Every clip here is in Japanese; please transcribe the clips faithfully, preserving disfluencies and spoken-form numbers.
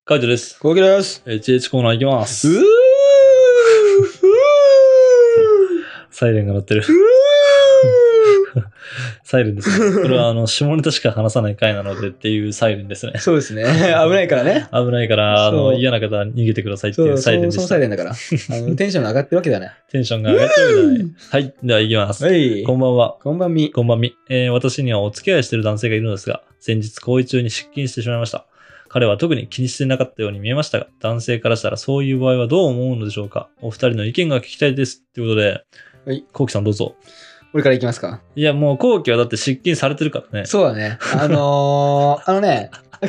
カイトです。 コウキです。 エイチエイチ コーナーいきます。 うーサイレンが鳴ってる。サイレンですね。これはあの下ネタしか話さない回なのでっていうサイレンですね。 そうですね。危ないからね。 危ないからあの嫌な方は逃げてくださいっていうサイレンでした。 そのサイレンだから。あのテンションが上がってるわけだね。 テンションが上がってるわけだね。はい。では行きます。 はい。 こんばんは。 こんばんみ。 こんばんみ。えー、私にはお付き合いしている男性がいるのですが、先日行為中に失禁してしまいました。彼は特に気にしてなかったように見えましたが、男性からしたらそういう場合はどう思うのでしょうか。お二人の意見が聞きたいです。ということで、はい。コウキさんどうぞ。 俺からいきますか。 いや、もうコウキはだって失禁されてるからね。 そうだね。あのー、あのね、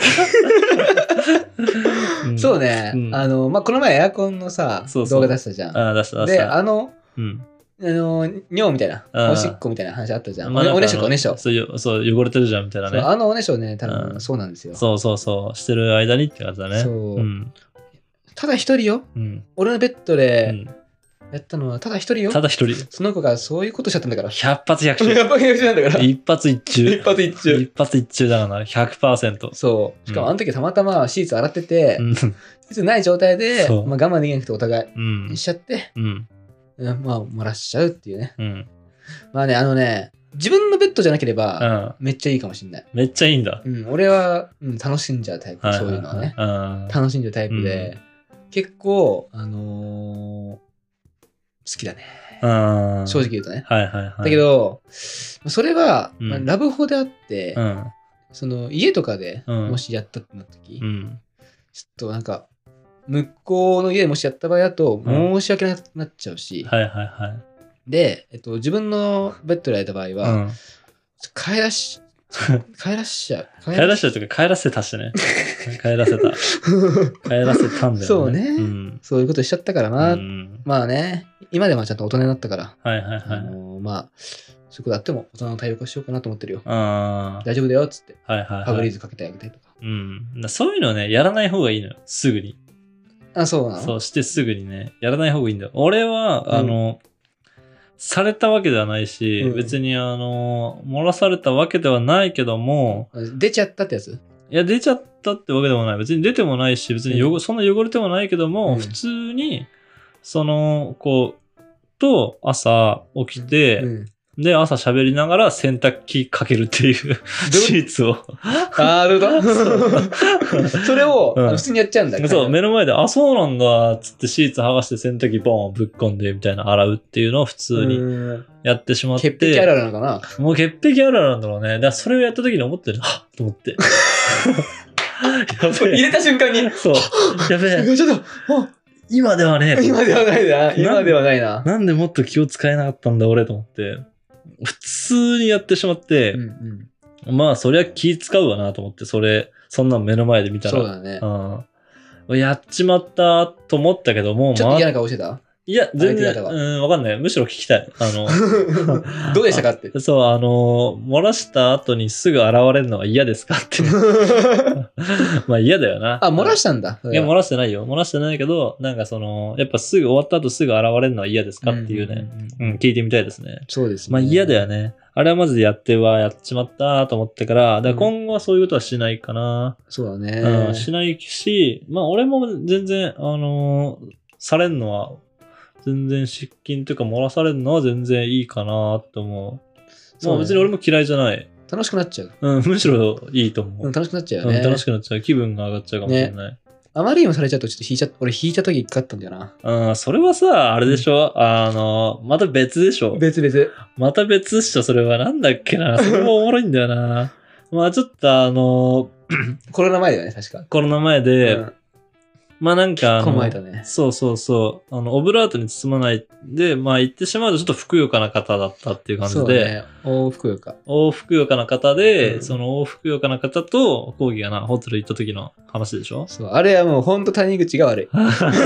うん、そうね、うん、あの、まあ、この前エアコンのさ、そうそう動画出したじゃん。 ああ、出した出した。 で、あの、 うん。 あの、尿みたいな、おしっこみたいな話あったじゃん。まあ、おねしょかおねしょ。 そう、そう、汚れてるじゃんみたいなね。 あのおねしょね、多分そうなんですよ。 そうそうそう、してる間にって感じだね。 そう。うん、ただ一人よ。うん、俺のベッドで、うんやったのはただ一人よ。 ただ一人。 その子がそういうことしちゃったんだから。 百発百中。 百発百中なんだから。 一発一中。 一発一中。 一発一中だからな。ひゃくパーセント。 そう。しかもあの時たまたまシーツ洗ってて、うん、シーツない状態で、まあ、我慢できなくてお互いしちゃって、うんうん、まあ漏らしちゃうっていうね。うん、まあね、あのね、自分のベッドじゃなければ、めっちゃいいかもしれない。 めっちゃいいんだ。 うん、俺は、うん、楽しんじゃうタイプ、そういうのはね。楽しんじゃうタイプで、うん、結構、あのー、好きだね。正直言うとね。 はいはいはい。 だけど、それは、うんまあ、ラブホであって、うん、その家とかでもしやったってなった時、うん、ちょっとなんか、向こうの家でもしやった場合だと申し訳なくなっちゃうし、 はいはいはい。 で、えっと、自分のベッドでやった場合は、うん、帰らし、帰らしちゃう。 帰らしちゃうというか帰らせたしてね。帰らせた。帰らせたんだよね。 そうね、うん。そういうことしちゃったからな。うん、まあね、今でもちゃんと大人になったから。 はいはいはい。 あのー、まあ、そこだっても大人の対応をしようかなと思ってるよ。あ大丈夫だよっつって。 はいはいはい。 ファブリーズかけてあげたりとか。 うん。そういうのね、やらない方がいいのよ。すぐに。 あ、そうなの？ そうしてすぐにね、やらない方がいいんだよ。俺は、うん、あの、されたわけではないし、うん、別にあの、漏らされたわけではないけども、 出ちゃったってやつ？ いや、出ちゃったってわけでもない。別に出てもないし、別に、うん、そんな汚れてもないけども、うん、普通に、その、こう、と朝起きて、うん、で、朝喋りながら洗濯機かけるっていうシーツを。 なるほど。それを、うん、普通にやっちゃうんだ。 そう、目の前で、あ、そうなんだ、つってシーツ剥がして洗濯機ボーンぶっ込んで、みたいな洗うっていうのを普通にやってしまって。 潔癖あるあるなのかな？ もう潔癖あるあるなんだろうね。だからそれをやった時に思ってる、はっと思って。 やべえ。入れた瞬間に。 そう。やべえ。 ちょっと、 今ではね今ではないな。今ではないな。 なんでもっと気を使えなかったんだ、俺と思って。普通にやってしまって、うんうん、まあ、そりゃ気使うわなと思って、それ、そんな目の前で見たら。 そうだね。 うん、やっちまったと思ったけども、 ちょっと嫌な顔してた？ いや、全然、うん、わかんない。むしろ聞きたい。あの、 どうでしたかって。 そう、あの、漏らした後にすぐ現れるのは嫌ですかって。まあ嫌だよな。 あ、漏らしたんだ。 いや、漏らしてないよ。漏らしてないけど、なんかその、やっぱすぐ終わった後すぐ現れるのは嫌ですかっていうね。うん、うんうん、聞いてみたいですね。 そうですね。 まあ嫌だよね。あれはまずやってはやっちまったと思ってから、だから今後はそういうことはしないかな。 うん、そうだね。 うん、しないし、まあ俺も全然、あのー、されんのは、全然失禁というか漏らされるのは全然いいかなって思う。まあ別に俺も嫌いじゃない。 楽しくなっちゃう。 うん、むしろいいと思う。 うん、楽しくなっちゃうよね。 うん、楽しくなっちゃう。気分が上がっちゃうかもしれない。ね、 あまりにもされちゃうとちょっと引いちゃ、俺引いた時一回あったんだよな。 うん、それはさ、あれでしょ、うん、あの、また別でしょ別々。 また別っしょ、それは。なんだっけな。それもおもろいんだよな。まあちょっとあの、 コロナ前だよね、確か。 コロナ前で、うんまあなんかあの、 ね、 そうそうそう、あの、オブラートに包まないで、まあ言ってしまうとちょっとふくよかな方だったっていう感じで。そうね。大ふくよか。 大ふくよかな方で、うん、その大ふくよかな方と、講義がな、ホテル行った時の話でしょ？ そう、あれはもうほんと谷口が悪い。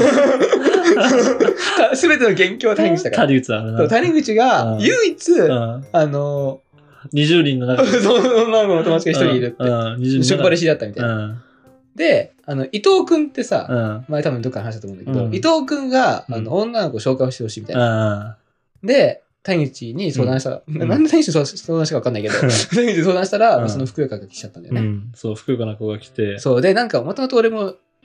すべての元凶は谷口だから。 谷口はあれな。 谷口が唯一、うん、あの、 にじゅうにんの中で。 その女の子の友達が一人いるって。うん、にじゅうにん。職場で知り合ったみたいな。うんで、あの、伊藤くんってさ、うん、前多分どっかで話したと思うんだけど、うん、伊藤くんが、あの、女の子を紹介してほしいみたいな。うん、で、谷口に相談したら、うん、なんで谷口に相談したか分かんないけど、谷口に相談したら、うん、その福岡が来ちゃったんだよね。うん、 そう、福岡の子が来て。 そう、で、なんか、もともと俺も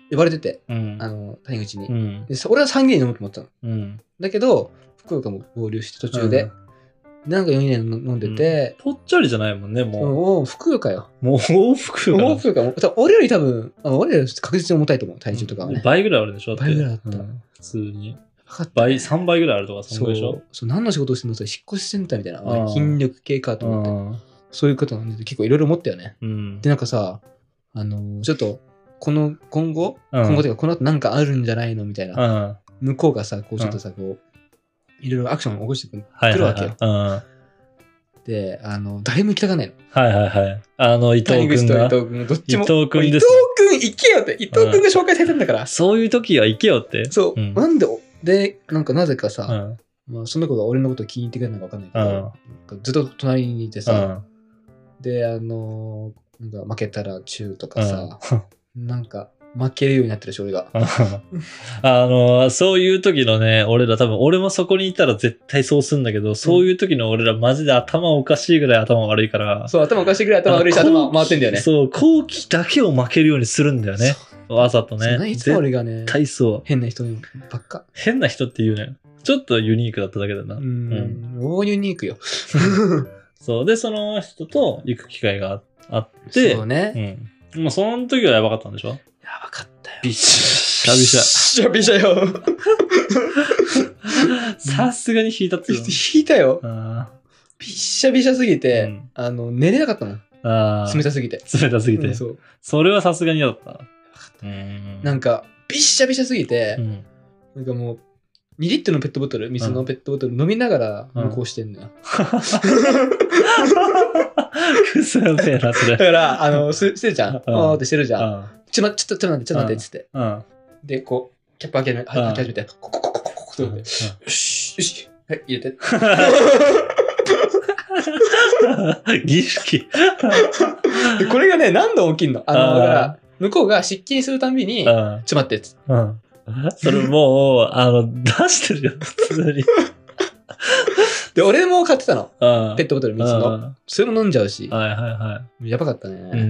呼ばれてて、 うん、 あの、谷口に。 うん、 で俺はさんにん飲むと思ってたの。 うん、 だけど、福岡も合流して途中で、うん、なんかよにん飲んでて、 うん、ぽっちゃりじゃないもんね、もう。 もう福岡よ。 もう福岡。 もう福岡。俺より多分、俺より確実に重たいと思う、体重とかはね。 倍ぐらいあるでしょ。 倍ぐらいあった。うん、 普通に。倍、さんばいぐらいあるとか、そのぐらいでしょ。 そう、何の仕事をしてるの？それ引っ越しセンターみたいな。筋力系かと思って。そういうことなんで結構いろいろ思ったよね。 うん、 で、なんかさ、あのー、ちょっと、この、今後、うん、今後というか、この後なんかあるんじゃないのみたいな。うん、向こうがさ、こう、ちょっとさ、こう、いろいろアクションを起こしてくる、はいはいはい、来るわけよ。うん、で、あの、誰も行きたがないの。 はいはいはい。あの、伊藤君が。 伊藤君どっちも。 伊藤君です。 伊藤君行けよって。伊藤君が紹介されてんだから。うん、 そういう時は行けよって。 そう。うん、なんで、で、なんかなぜかさ、うん、まあ、その子が俺のことを気に入ってくれるのかわかんないけど、うん、ずっと隣にいてさ、うんで、あのー、なんか負けたらチューとかさ、うん、なんか負けるようになってるし、俺が。 あのー、そういう時のね、俺ら多分、俺もそこにいたら絶対そうするんだけど、うん、そういう時の俺らマジで頭おかしいぐらい頭悪いから。 そう、頭おかしいぐらい頭悪いし、頭回ってんだよね。 そう、後期だけを負けるようにするんだよね。わざとね。 いつも俺がね、 絶対そう。 変な人ばっか。 変な人って言うね。ちょっとユニークだっただけだな。 うん。大、うん、ユニークよ。 そう。で、その人と行く機会があって。 そうね。 うん。もうその時はやばかったんでしょ？ やばかったよ。 びっしゃびしゃ。びっしゃびしゃよ。 さすがに引いたっつうの。 引いたよ。びっしゃびしゃすぎて、うん、あの、寝れなかったもん。あ冷たすぎて。 冷たすぎて。うん、そう。それはさすがに嫌だった。 うんなんか、びっしゃびしゃすぎて、うん、なんかもう、にリットルのペットボトル、水のペットボトル飲みながら向こうしてんのよ。 くそやべえな、それ。 だから、あの、す、してるじゃん。あーってしてるじゃん。ちょ、ま、ちょっと、ちょっと待って、ちょっと待って、つって。で、こう、キャップ開ける、開け始めて、コココココココって。よし、よし、はい、入れて。 儀式。 で、これがね、何度起きんの？あの、だから、向こうが失禁するたびに、ちょっと待って、つって。 それもう、あの、出してるよ、普通に。 で、俺も買ってたの。ペットボトル水の。それも飲んじゃうし。 はいはいはい。 やばかったね。うん。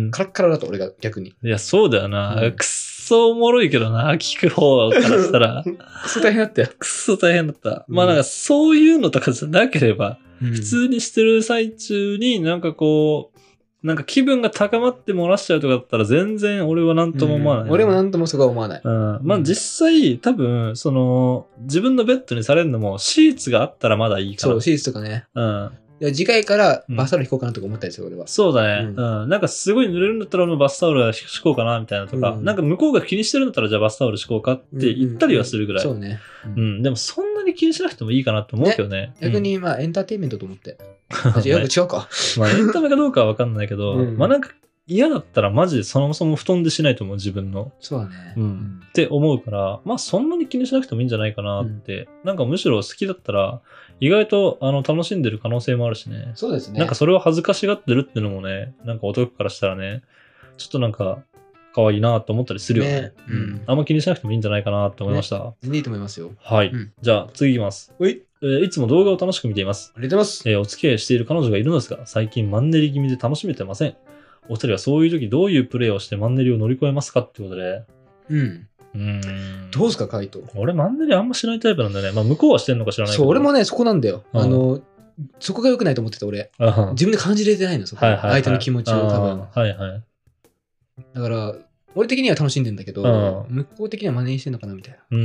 カラッカラだと、俺が逆に。 いや、そうだよな。うん、くっそおもろいけどな、聞く方からしたら。 くっそ大変だったよ。 くっそ大変だった。うん、まあなんか、そういうのとかじゃなければ、うん、普通にしてる最中になんかこう、なんか気分が高まって漏らしちゃうとかだったら全然俺は何とも思わない、ねうん。俺も何ともそこは思わない。 うん。まあ実際多分、その、自分のベッドにされるのもシーツがあったらまだいいから。 そう、シーツとかね。 うん。 いや次回からバスタオル引こうかなとか思ったりする、俺は。 そうだね、うん。うん。なんかすごい濡れるんだったら俺もバスタオル敷こうかなみたいなとか、うん、なんか向こうが気にしてるんだったらじゃあバスタオル敷こうかって言ったりはするぐらい。 うんうんうん、そうね、 うん。うん。でもそんなに気にしなくてもいいかなと思うけどね。ね逆にまあエンターテインメントと思って。やっぱ違うか。 まあエンタメかどうかは分かんないけど、うん、まあなんか嫌だったらマジでそもそも布団でしないと思う、自分の。 そうだね。 うん。って思うから、まあそんなに気にしなくてもいいんじゃないかなって。うん、なんかむしろ好きだったら、意外とあの楽しんでる可能性もあるしね。 そうですね。 なんかそれを恥ずかしがってるっていうのもね、なんか男からしたらね、ちょっとなんか可愛いなと思ったりするよね。ねうん。あんま気にしなくてもいいんじゃないかなと思いました。ね、 全然いいと思いますよ。 はい。うん、じゃあ次いきます。 はい。 えー、いつも動画を楽しく見ています。 ありがとうございます。 えー、お付き合いしている彼女がいるのですが、最近マンネリ気味で楽しめてません。お二人はそういう時どういうプレーをしてマンネリを乗り越えますかってことで。 うん。うん。どうすか、カイト。 俺マンネリあんましないタイプなんだよね。まあ向こうはしてんのか知らないけど。 そう、俺もね、そこなんだよ。うん、あの、そこが良くないと思ってた俺。自分で感じれてないの、そこ。はいはいはい、相手の気持ちを多分。 はいはい。 だから、俺的には楽しんでんだけど、向こう的にはマネーしてんのかなみたいな。うん。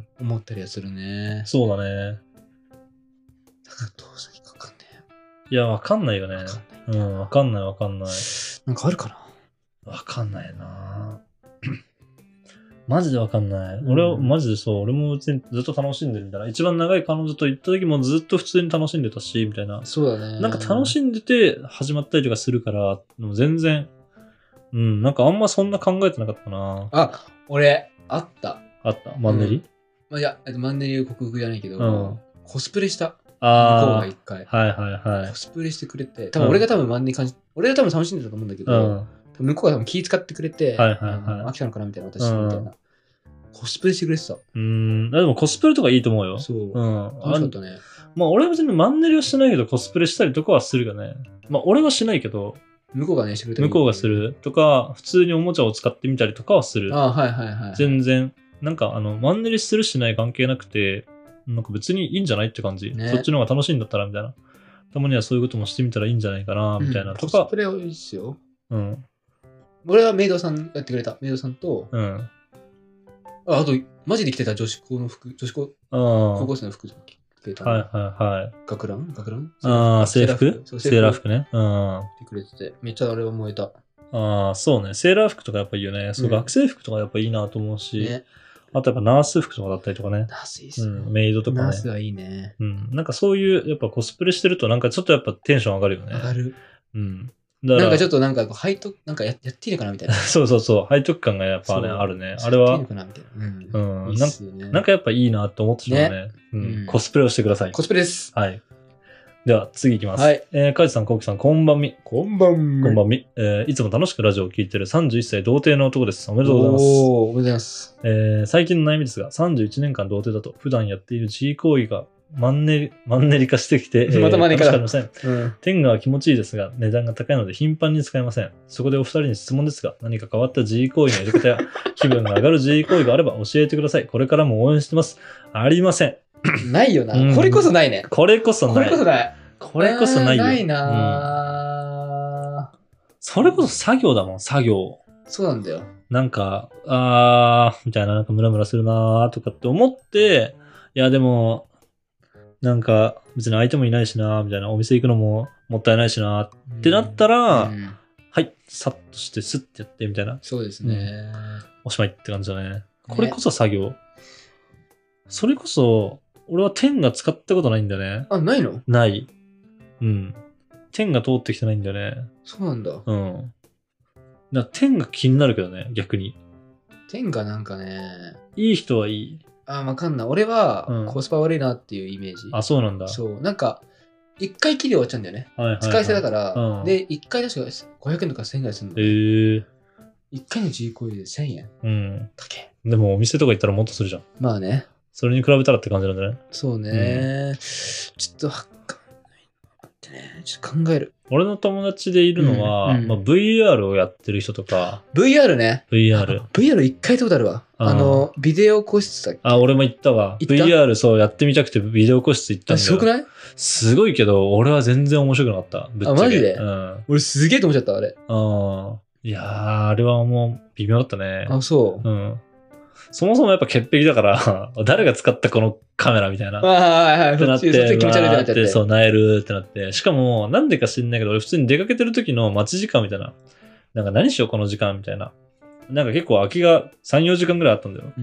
思ったりはするね。 そうだね。 だからどう先かわかんねえ。いや、わかんないよね。わかんない。うん、わかんないわかんない。 なんかあるかなわかんないなマジでわかんない。俺は、マジでそう、俺もずっと楽しんでるみたいな。一番長い彼女と行った時もずっと普通に楽しんでたし、みたいな。 そうだね。 なんか楽しんでて始まったりとかするから、全然、うん、なんかあんまそんな考えてなかったなあ、俺、あった。 あったマンネリ、うん、 まあ、いや、マンネリ克服じゃないけど、うん、コスプレした。 あ向こうが一回。 はいはいはい。 コスプレしてくれて、多分俺が多分マンネリ感じ、うん、俺が多分楽しんでたと思うんだけど、うん向こうが多分気遣ってくれて、 はいはいはい。 飽きたのかなみたいな、私みたいな。コスプレしてくれてた。 うーん。でもコスプレとかいいと思うよ。 そう。 うん。 楽しかったね。 まあ俺は別にマンネリはしてないけど、コスプレしたりとかはするよね。まあ俺はしないけど、 向こうがね、してくれた向こうがするとか、普通におもちゃを使ってみたりとかはする。 あはいはいはい。 全然。なんか、あの、マンネリするしない関係なくて、なんか別にいいんじゃないって感じ。ね、そっちの方が楽しいんだったら、みたいな。たまにはそういうこともしてみたらいいんじゃないかな、みたいなとか。 うん、コスプレはいいっすよ。 うん。 俺はメイドさんやってくれた。メイドさんと、 うん。 あ、あと、マジで着てた女子校の服、女子校、高校生の服着てた。 はいはいはい。 学ラン学ランああ、制服セーラー服ね。うん。 着てくれてて、めっちゃあれは燃えた。 ああ、そうね。セーラー服とかやっぱいいよね。そう、学生服とかやっぱいいなと思うし。ね。あとやっぱナース服とかだったりとかね。 ナースいいっすね。 うん、メイドとかね。 ナースはいいね。 うん。なんかそういう、やっぱコスプレしてるとなんかちょっとやっぱテンション上がるよね。 上がる。 うん。 だなんかちょっとなんか背徳、なんかややっていいのかなみたいな。 そうそうそう。背徳感がやっぱね、あるね。あれは。やっていいのかなみたいな。うん。うん、いいっすよね、なんかやっぱいいなって思ってしまうね。ねうん。コスプレをしてください。 コスプレです。 はい。では、次いきます。はい。えー、かいじさん、こうきさん、こんばんみ。 こんばんみ。 こんばんみ。えー、いつも楽しくラジオを聞いているさんじゅういっさい童貞の男です。おめでとうございます。 おー、おめでとうございます。 えー、最近の悩みですが、さんじゅういちねんかん童貞だと、普段やっている G 行為がマンネリ、マンネリ化してきて、えー、 またマンネリ化だ。 楽しくありません。うん。天下は気持ちいいですが、値段が高いので頻繁に使えません。そこでお二人に質問ですが、何か変わった G 行為のやり方や、気分が上がる G 行為があれば教えてください。これからも応援してます。ありません。 ないよな。 うん、 これこそないね。 これこそない。 これこそない。 これこそないよ。 ないな、 うん、それこそ作業だもん、作業。 そうなんだよ。 なんか、あー、みたいな、なんかムラムラするなーとかって思って、いやでも、なんか別に相手もいないしなーみたいな、お店行くのももったいないしなーってなったら、うんうん、はい、さっとしてスッてやってみたいな。 そうですね、うん。 おしまいって感じだね。これこそ作業。ね、それこそ、俺は天が使ったことないんだよね。 あ、ないの？ ない。うん。天が通ってきてないんだよね。 そうなんだ。 うん。だから天が気になるけどね、逆に。 天がなんかね。 いい人はいい。 あ、わかんない。俺はコスパ悪いなっていうイメージ。 うん、あ、そうなんだ。 そう。なんか、一回きり終わっちゃうんだよね。はいはいはい、使い捨てだから、うん、で、一回確かごひゃくえんとかせんえんぐらいするの、ね。へー。一回の G 行為でせんえん。 うん。高え。でもお店とか行ったらもっとするじゃん。 まあね。 それに比べたらって感じなんだね。 そうね、うん。ちょっと、わかんないなってね。ちょっと考える。 俺の友達でいるのは、うんうん、まあ、ブイアール をやってる人とか。 ブイアール ね。 ブイアール。 ブイアール 一回やったことあるわ。あ, あの、ビデオ個室だっけ？ あ、俺も行ったわ。ブイアール そうやってみたくてビデオ個室行ったんだよ。 すごくない？ すごいけど、俺は全然面白くなかった。ぶっちゃけ。 あ、マジで？ うん。 俺すげえと思っちゃった、あれ。 ああ。いやー、あれはもう微妙だったね。 あ、そう。 うん。そもそもやっぱ潔癖だから、誰が使ったこのカメラみたいな。 はいはいはい。 ってなって、 そっち気持ち悪いってなっちゃって。 そう、なえるってなって。しかも、なんでか知んないけど、俺普通に出かけてる時の待ち時間みたいな。なんか何しようこの時間みたいな。なんか結構空きがさん、よじかんぐらいあったんだよ。うん、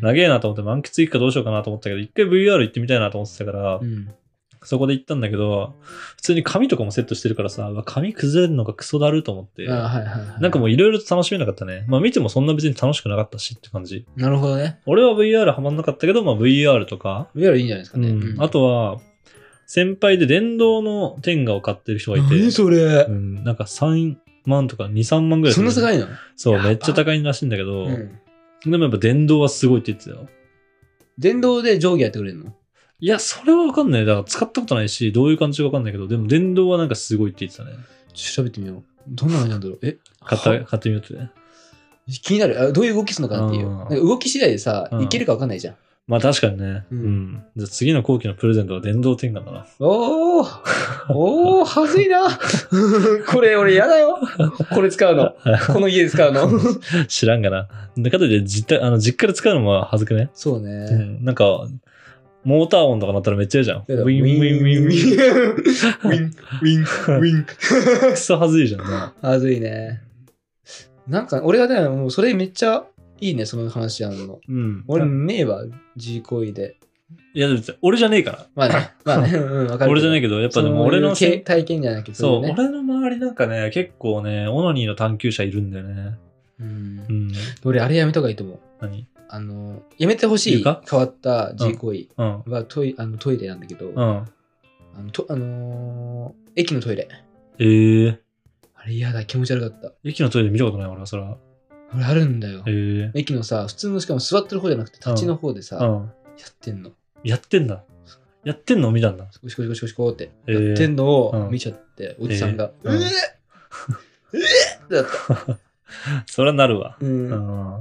長えなと思って満喫行くかどうしようかなと思ったけど、一回 ブイアール 行ってみたいなと思ってたから、うん、そこで行ったんだけど、普通に髪とかもセットしてるからさ、髪崩れるのがクソだると思って、 あ、はいはいはい、 なんかもういろいろと楽しめなかったね。まあ見てもそんな別に楽しくなかったしって感じ。 なるほどね。 俺は ブイアール ハマんなかったけど、まあ ブイアール とか。 ブイアール いいんじゃないですかね。 うん、あとは、先輩で電動の天下を買ってる人がいて。 何それ、 うん、なんかさんまんとかに、さんまんぐらいする。 そんな高いの？ そう、めっちゃ高いらしいんだけど、うん、でもやっぱ電動はすごいって言ってたよ。 電動で定規やってくれるの？ いや、それはわかんない。だから使ったことないし、どういう感じかわかんないけど、でも電動はなんかすごいって言ってたね。 調べてみよう。どんな感じなんだろう。え買った、買ってみようってね。 気になる。あ、どういう動きするのかなっていう。なんか動き次第でさ、いけるかわかんないじゃん。 まあ確かにね。うん。うん、じゃあ次の後期のプレゼントは電動天下だな。 おーおーはずいなこれ俺やだよ。これ使うの。この家で使うの。 知らんがな。だからで実あの実家で使うのもはずくね。 そうね。 うん。なんか、モーター音とかなったらめっちゃ嫌じゃん。ウィンウィンウィンウィン。ウィン、ウィン、ウィン。くそはずいじゃんな。 はずいね。なんか俺がね、もうそれめっちゃいいね、その話あるの。うん。俺ねえわ、G 行為で。 いや、俺じゃねえから。 まあね、まあね、うん、わかる。 俺じゃないけど、やっぱでも俺の体験じゃなくて、 そう、俺の周りなんかね、結構ね、オナニーの探求者いるんだよね。 うん。うん、俺、あれやめた方がいいと思う。 何？ あの、やめてほしい変わった G 行為はトイ、あのトイレなんだけど、うん、あのとあのー、駅のトイレ。 えー。 あれ嫌だ、気持ち悪かった。 駅のトイレ見たことない俺は、それは。 俺あるんだよ。 えー、 駅のさ、普通のしかも座ってる方じゃなくて立ちの方でさ、うんうん、やってんの。 やってんだ。やってんのを見たんだ。 シコシコシコシコって。やってんのを見ちゃって、おじさんが。うええだった。 それはなるわ。 うん。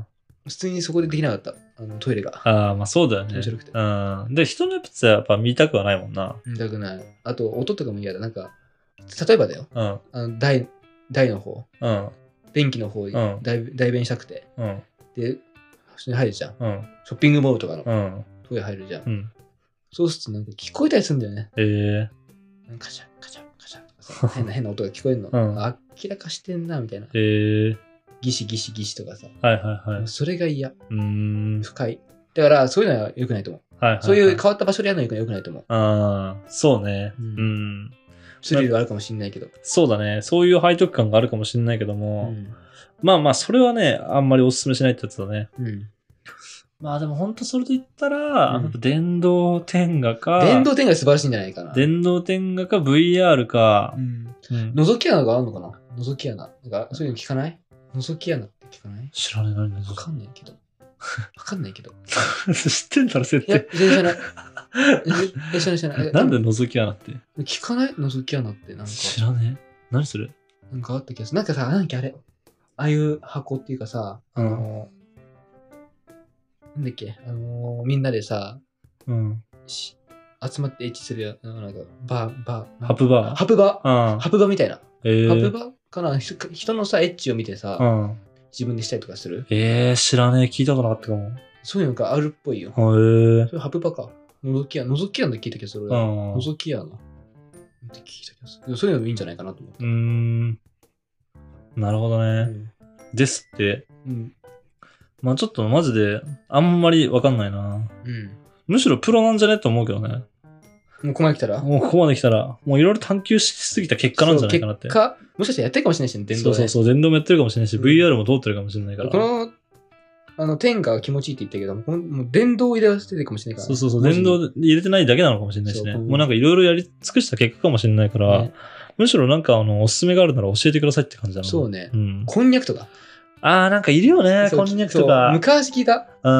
普通にそこでできなかった。あのトイレが。 ああ、まあそうだよね。面白くて。うん。で、人のやつはやっぱ見たくはないもんな。 見たくない。あと、音とかも嫌だ。なんか、例えばだよ。うん。あの台、台の方。うん。便器の方に代弁したくて。うん。で、普通に入るじゃん。うん。ショッピングモールとかの。うん。トイレ入るじゃん。うん。そうするとなんか聞こえたりするんだよね。ええー。カチャカチャカチャとかさ、変な変な音が聞こえるの。うん、明らかしてんな、みたいな。ええー。ギシギシギシとかさ。はいはいはい。それが嫌。うーん。不快。だから、そういうのは良くないと思う。はいはいはい、そういう変わった場所でやるのは良くないと思う。ああ、そうね。うん。うん、スリルあるかもしれないけど。そうだね。そういう背徳感があるかもしれないけども。うん、まあまあ、それはね、あんまりお勧めしないってやつだね。うん。まあでも本当それで言ったら、うん、電動天下か。電動天下素晴らしいんじゃないかな。電動天下か ブイアール か。うん。うん、覗き穴があるのかな覗き穴。なんかそういうの聞かない覗き穴って聞かない知らない何何わかんないけど。わかんないけど。知ってんだろ、設定。いや、全然知らない。え、知らない知らない。なんで覗き穴って。聞かない覗き穴ってなんか。知らねえ。何するなんかあった気がする。なんかさ、なんだっけあれ。ああいう箱っていうかさ、あの、うん、なんだっけ、あのー、みんなでさ、うん、集まってエッチするやなんか、バー、バー。ハプバーハプバーハプバーみたいな。えー、ハプバーかな人のさ、エッチを見てさ、うん、自分でしたりとかするえー、知らねえ。聞いたことなかったかも。そういうのがあるっぽいよ。へえー。それハプバか。覗き穴。覗き穴で聞いた気がする。覗き穴。って聞いた気がする。そういうのもいいんじゃないかなと思って。うーん。なるほどね。うん、ですって。うん。まあちょっとマジであんまりわかんないな。うん。むしろプロなんじゃねと思うけどね。もうここまで来たらもうここまで来たら、もういろいろ探求しすぎた結果なんじゃないかなって。結果もしかしたらやってるかもしれないしね、電動で。そうそうそう、電動もやってるかもしれないし、うん、ブイアール も通ってるかもしれないから。この、あの、天下が気持ちいいって言ったけど、このもう電動を入れ忘れてるかもしれないから。そうそうそう、電動入れてないだけなのかもしれないしね。もうなんかいろいろやり尽くした結果かもしれないから、ね、むしろなんかあの、おすすめがあるなら教えてくださいって感じだな。そうね。うん。こんにゃくとか。あー、なんかいるよね、こんにゃくとか。昔聞いた。うん。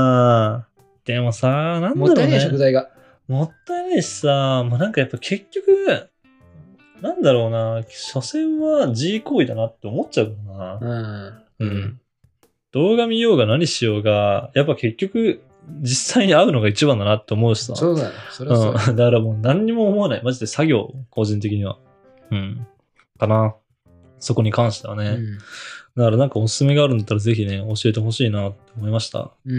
でもさ、なんだろうね。もったいない食材が。もったいないしさ、もうなんかやっぱ結局、なんだろうな、所詮は G 行為だなって思っちゃうかな。うん。うん。動画見ようが何しようが、やっぱ結局、実際に会うのが一番だなって思うしさ。そうだね。それはそう、うん。だからもう何にも思わない。マジで作業、個人的には。うん。かな。そこに関してはね。うん、だからなんかおすすめがあるんだったらぜひね、教えてほしいなって思いました。うん。うん、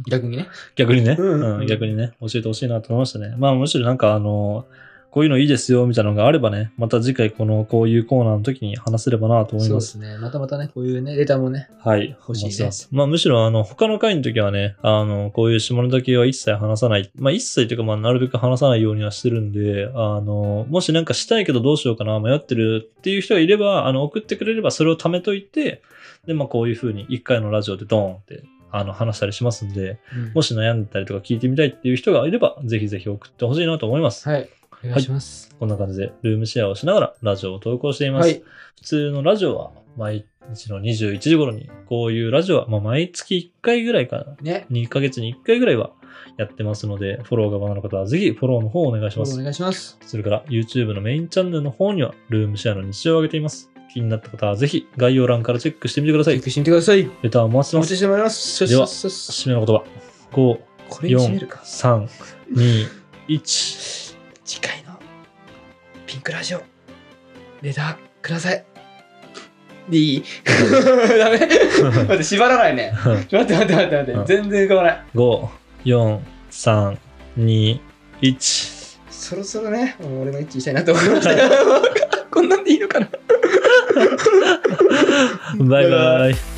逆にね。逆にね、うんうんうん。逆にね、教えてほしいなと思いましたね。まあむしろなんかあの、こういうのいいですよみたいなのがあればね、また次回このこういうコーナーの時に話せればなと思います。そうですね。またまたね、こういうね、レターもね。はい。欲しいです。まあむしろあの、他の回の時はね、あの、こういう下ネタ系は一切話さない。まあ一切というかまあなるべく話さないようにはしてるんで、あの、もしなんかしたいけどどうしようかな、迷ってるっていう人がいれば、あの、送ってくれればそれを貯めといて、で、まあこういう風に一回のラジオでドーンって、あの、話したりしますんで、うん、もし悩んでたりとか聞いてみたいっていう人がいれば、ぜひぜひ送ってほしいなと思います。はい。お願いします、はい。こんな感じでルームシェアをしながらラジオを投稿しています。はい、普通のラジオは毎日のにじゅういちじ頃に、こういうラジオはまあ毎月いっかいぐらいかな、ね、にかげつにいっかいぐらいはやってますので、フォローがまだの方はぜひフォローの方をお願いします。お願いします。それから YouTube のメインチャンネルの方にはルームシェアの日常を上げています。気になった方はぜひ概要欄からチェックしてみてください。チェックしてみてください。レターをお待ちしてます。お待ちしてまいります。では、締めの言葉。ご、よん、さん、に、いち。次回のピンクラジオ、レターください。いいダメ待って、縛らないね。待って待って待って待って。うん、全然浮かばない。ご、よん、さん、に、いち。そろそろね、もう俺も一致したいなと思いました。こんなんでいいのかなバイバイ。